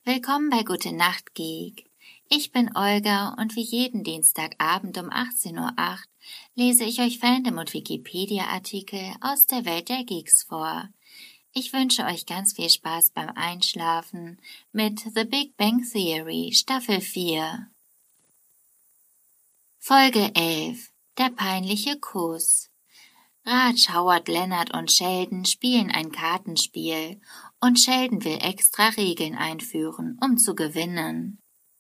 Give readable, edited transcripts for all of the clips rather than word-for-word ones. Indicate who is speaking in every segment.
Speaker 1: Willkommen bei Gute Nacht Geek. Ich bin Olga und wie jeden Dienstagabend um 18:08 Uhr lese ich euch Fandom- und Wikipedia-Artikel aus der Welt der Geeks vor. Ich wünsche euch ganz viel Spaß beim Einschlafen mit The Big Bang Theory Staffel 4. Folge 11. Der peinliche Kuss. Raj, Howard, Leonard und Sheldon spielen ein Kartenspiel und Sheldon will extra Regeln einführen, um zu gewinnen.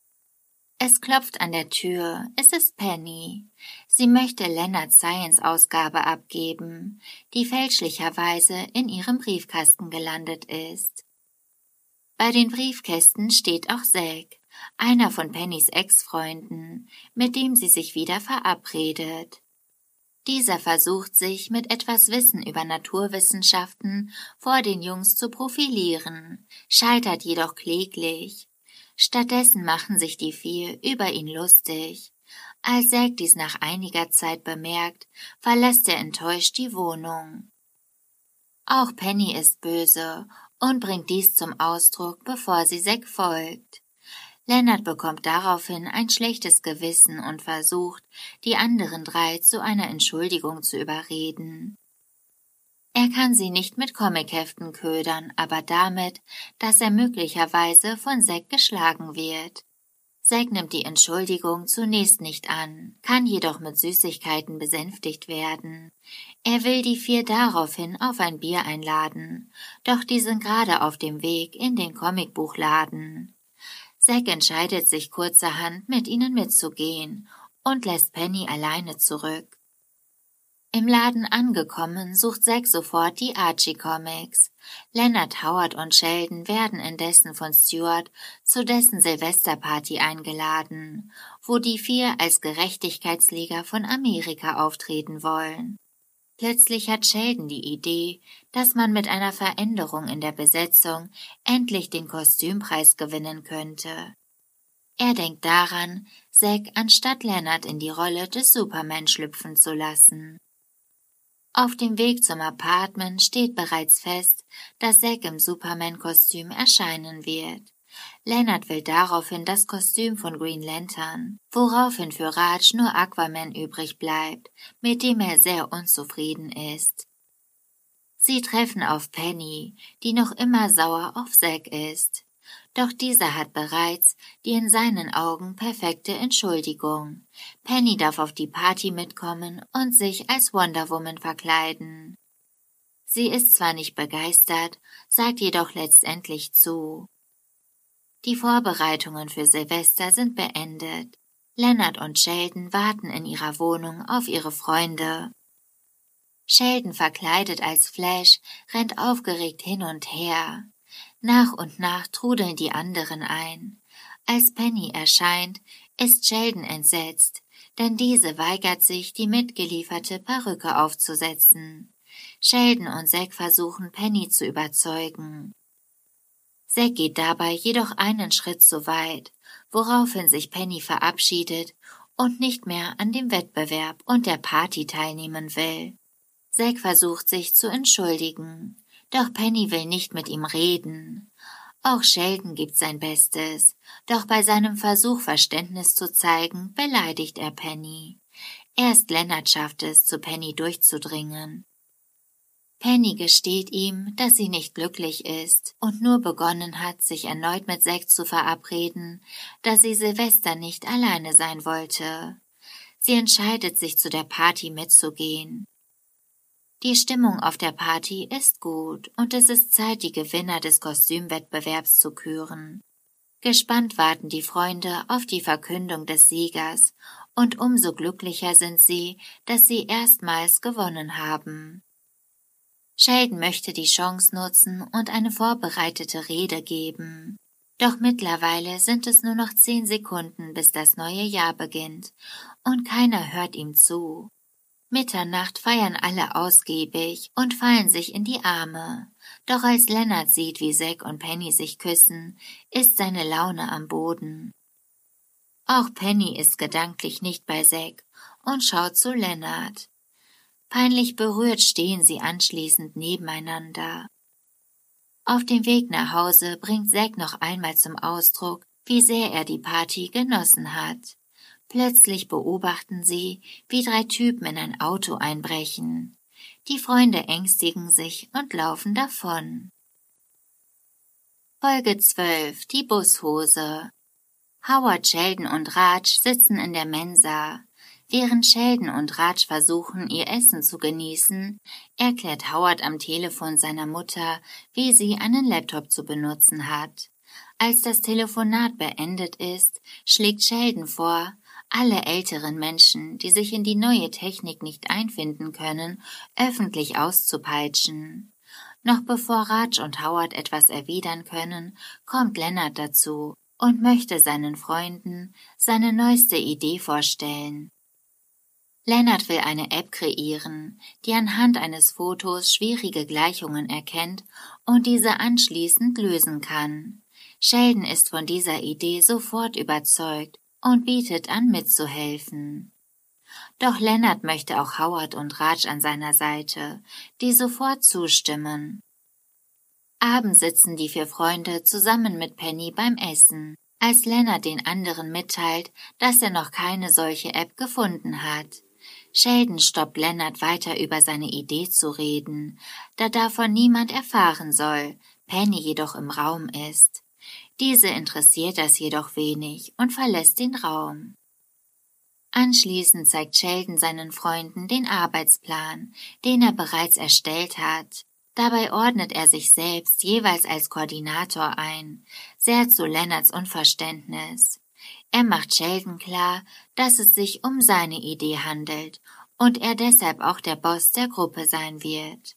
Speaker 1: Es klopft an der Tür, es ist Penny. Sie möchte Leonards Science-Ausgabe abgeben, die fälschlicherweise in ihrem Briefkasten gelandet ist. Bei den Briefkästen steht auch Zack, einer von Pennys Ex-Freunden, mit dem sie sich wieder verabredet. Dieser versucht sich mit etwas Wissen über Naturwissenschaften vor den Jungs zu profilieren, scheitert jedoch kläglich. Stattdessen machen sich die vier über ihn lustig. Als Zack dies nach einiger Zeit bemerkt, verlässt er enttäuscht die Wohnung. Auch Penny ist böse und bringt dies zum Ausdruck, bevor sie Zack folgt. Leonard bekommt daraufhin ein schlechtes Gewissen und versucht, die anderen drei zu einer Entschuldigung zu überreden. Er kann sie nicht mit Comicheften ködern, aber damit, dass er möglicherweise von Zack geschlagen wird. Zack nimmt die Entschuldigung zunächst nicht an, kann jedoch mit Süßigkeiten besänftigt werden. Er will die vier daraufhin auf ein Bier einladen, doch die sind gerade auf dem Weg in den Comicbuchladen. Zack entscheidet sich kurzerhand, mit ihnen mitzugehen und lässt Penny alleine zurück. Im Laden angekommen, sucht Zack sofort die Archie-Comics. Leonard, Howard und Sheldon werden indessen von Stuart zu dessen Silvesterparty eingeladen, wo die vier als Gerechtigkeitsliga von Amerika auftreten wollen. Plötzlich hat Sheldon die Idee, dass man mit einer Veränderung in der Besetzung endlich den Kostümpreis gewinnen könnte. Er denkt daran, Zack anstatt Leonard in die Rolle des Superman schlüpfen zu lassen. Auf dem Weg zum Apartment steht bereits fest, dass Zack im Superman-Kostüm erscheinen wird. Leonard will daraufhin das Kostüm von Green Lantern, woraufhin für Raj nur Aquaman übrig bleibt, mit dem er sehr unzufrieden ist. Sie treffen auf Penny, die noch immer sauer auf Zack ist. Doch dieser hat bereits die in seinen Augen perfekte Entschuldigung. Penny darf auf die Party mitkommen und sich als Wonder Woman verkleiden. Sie ist zwar nicht begeistert, sagt jedoch letztendlich zu. Die Vorbereitungen für Silvester sind beendet. Leonard und Sheldon warten in ihrer Wohnung auf ihre Freunde. Sheldon, verkleidet als Flash, rennt aufgeregt hin und her. Nach und nach trudeln die anderen ein. Als Penny erscheint, ist Sheldon entsetzt, denn diese weigert sich, die mitgelieferte Perücke aufzusetzen. Sheldon und Zack versuchen, Penny zu überzeugen. Zack geht dabei jedoch einen Schritt zu weit, woraufhin sich Penny verabschiedet und nicht mehr an dem Wettbewerb und der Party teilnehmen will. Zack versucht sich zu entschuldigen, doch Penny will nicht mit ihm reden. Auch Sheldon gibt sein Bestes, doch bei seinem Versuch, Verständnis zu zeigen, beleidigt er Penny. Erst Leonard schafft es, zu Penny durchzudringen. Penny gesteht ihm, dass sie nicht glücklich ist und nur begonnen hat, sich erneut mit Zack zu verabreden, da sie Silvester nicht alleine sein wollte. Sie entscheidet sich, zu der Party mitzugehen. Die Stimmung auf der Party ist gut und es ist Zeit, die Gewinner des Kostümwettbewerbs zu küren. Gespannt warten die Freunde auf die Verkündung des Siegers und umso glücklicher sind sie, dass sie erstmals gewonnen haben. Sheldon möchte die Chance nutzen und eine vorbereitete Rede geben. Doch mittlerweile sind es nur noch 10 Sekunden, bis das neue Jahr beginnt, und keiner hört ihm zu. Mitternacht feiern alle ausgiebig und fallen sich in die Arme. Doch als Leonard sieht, wie Zack und Penny sich küssen, ist seine Laune am Boden. Auch Penny ist gedanklich nicht bei Zack und schaut zu Leonard. Peinlich berührt stehen sie anschließend nebeneinander. Auf dem Weg nach Hause bringt Zack noch einmal zum Ausdruck, wie sehr er die Party genossen hat. Plötzlich beobachten sie, wie 3 Typen in ein Auto einbrechen. Die Freunde ängstigen sich und laufen davon. Folge 12: Die Bushose. Howard, Sheldon und Raj sitzen in der Mensa. Während Sheldon und Raj versuchen, ihr Essen zu genießen, erklärt Howard am Telefon seiner Mutter, wie sie einen Laptop zu benutzen hat. Als das Telefonat beendet ist, schlägt Sheldon vor, alle älteren Menschen, die sich in die neue Technik nicht einfinden können, öffentlich auszupeitschen. Noch bevor Raj und Howard etwas erwidern können, kommt Leonard dazu und möchte seinen Freunden seine neueste Idee vorstellen. Leonard will eine App kreieren, die anhand eines Fotos schwierige Gleichungen erkennt und diese anschließend lösen kann. Sheldon ist von dieser Idee sofort überzeugt und bietet an, mitzuhelfen. Doch Leonard möchte auch Howard und Raj an seiner Seite, die sofort zustimmen. Abends sitzen die 4 Freunde zusammen mit Penny beim Essen, als Leonard den anderen mitteilt, dass er noch keine solche App gefunden hat. Sheldon stoppt Leonard weiter über seine Idee zu reden, da davon niemand erfahren soll, Penny jedoch im Raum ist. Diese interessiert das jedoch wenig und verlässt den Raum. Anschließend zeigt Sheldon seinen Freunden den Arbeitsplan, den er bereits erstellt hat. Dabei ordnet er sich selbst jeweils als Koordinator ein, sehr zu Leonards Unverständnis. Er macht Sheldon klar, dass es sich um seine Idee handelt und er deshalb auch der Boss der Gruppe sein wird.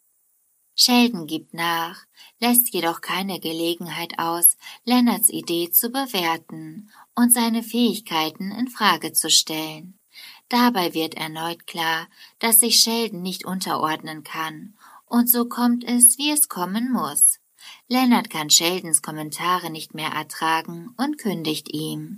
Speaker 1: Sheldon gibt nach, lässt jedoch keine Gelegenheit aus, Leonards Idee zu bewerten und seine Fähigkeiten in Frage zu stellen. Dabei wird erneut klar, dass sich Sheldon nicht unterordnen kann, und so kommt es, wie es kommen muss. Leonard kann Sheldons Kommentare nicht mehr ertragen und kündigt ihm.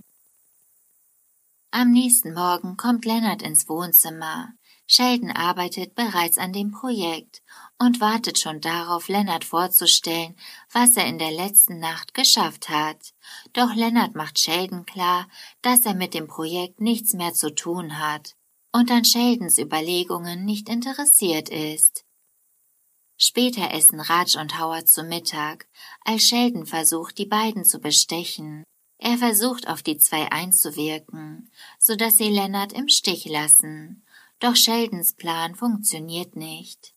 Speaker 1: Am nächsten Morgen kommt Leonard ins Wohnzimmer. Sheldon arbeitet bereits an dem Projekt und wartet schon darauf, Leonard vorzustellen, was er in der letzten Nacht geschafft hat. Doch Leonard macht Sheldon klar, dass er mit dem Projekt nichts mehr zu tun hat und an Sheldons Überlegungen nicht interessiert ist. Später essen Raj und Howard zu Mittag, als Sheldon versucht, die beiden zu bestechen. Er versucht, auf die 2 einzuwirken, sodass sie Leonard im Stich lassen. Doch Sheldons Plan funktioniert nicht.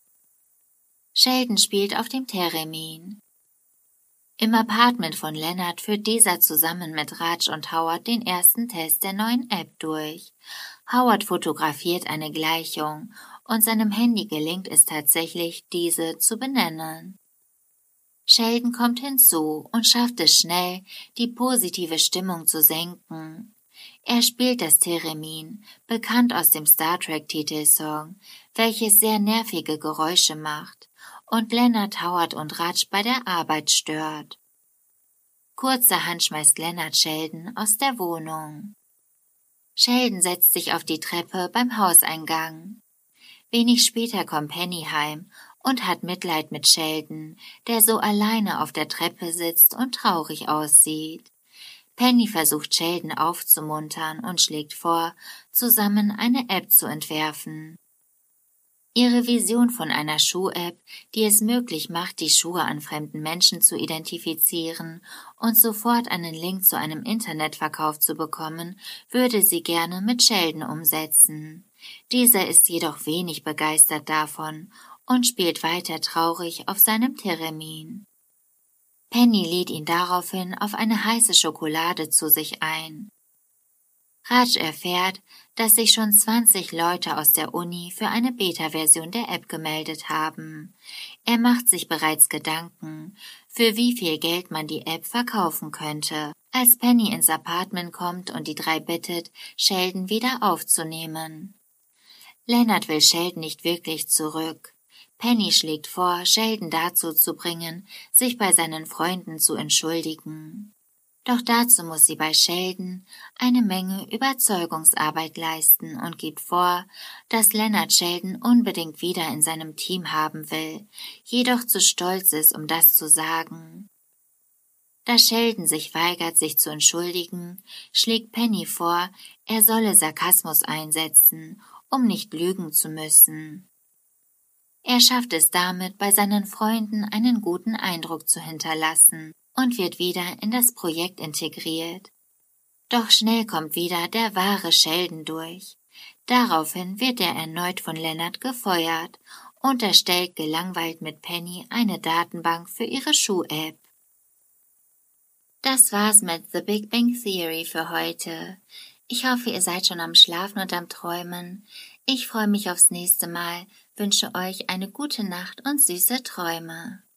Speaker 1: Sheldon spielt auf dem Theremin. Im Apartment von Leonard führt dieser zusammen mit Raj und Howard den ersten Test der neuen App durch. Howard fotografiert eine Gleichung und seinem Handy gelingt es tatsächlich, diese zu benennen. Sheldon kommt hinzu und schafft es schnell, die positive Stimmung zu senken. Er spielt das Theremin, bekannt aus dem Star Trek-Titelsong, welches sehr nervige Geräusche macht und Leonard, Howard und Raj bei der Arbeit stört. Kurzerhand schmeißt Leonard Sheldon aus der Wohnung. Sheldon setzt sich auf die Treppe beim Hauseingang. Wenig später kommt Penny heim und hat Mitleid mit Sheldon, der so alleine auf der Treppe sitzt und traurig aussieht. Penny versucht Sheldon aufzumuntern und schlägt vor, zusammen eine App zu entwerfen. Ihre Vision von einer Schuh-App, die es möglich macht, die Schuhe an fremden Menschen zu identifizieren und sofort einen Link zu einem Internetverkauf zu bekommen, würde sie gerne mit Sheldon umsetzen. Dieser ist jedoch wenig begeistert davon und spielt weiter traurig auf seinem Theremin. Penny lädt ihn daraufhin auf eine heiße Schokolade zu sich ein. Raj erfährt, dass sich schon 20 Leute aus der Uni für eine Beta-Version der App gemeldet haben. Er macht sich bereits Gedanken, für wie viel Geld man die App verkaufen könnte, als Penny ins Apartment kommt und die 3 bittet, Sheldon wieder aufzunehmen. Leonard will Sheldon nicht wirklich zurück. Penny schlägt vor, Sheldon dazu zu bringen, sich bei seinen Freunden zu entschuldigen. Doch dazu muss sie bei Sheldon eine Menge Überzeugungsarbeit leisten und gibt vor, dass Leonard Sheldon unbedingt wieder in seinem Team haben will, jedoch zu stolz ist, um das zu sagen. Da Sheldon sich weigert, sich zu entschuldigen, schlägt Penny vor, er solle Sarkasmus einsetzen, um nicht lügen zu müssen. Er schafft es damit, bei seinen Freunden einen guten Eindruck zu hinterlassen und wird wieder in das Projekt integriert. Doch schnell kommt wieder der wahre Sheldon durch. Daraufhin wird er erneut von Leonard gefeuert und erstellt gelangweilt mit Penny eine Datenbank für ihre Schuh-App. Das war's mit The Big Bang Theory für heute. Ich hoffe, ihr seid schon am Schlafen und am Träumen. Ich freue mich aufs nächste Mal, wünsche euch eine gute Nacht und süße Träume.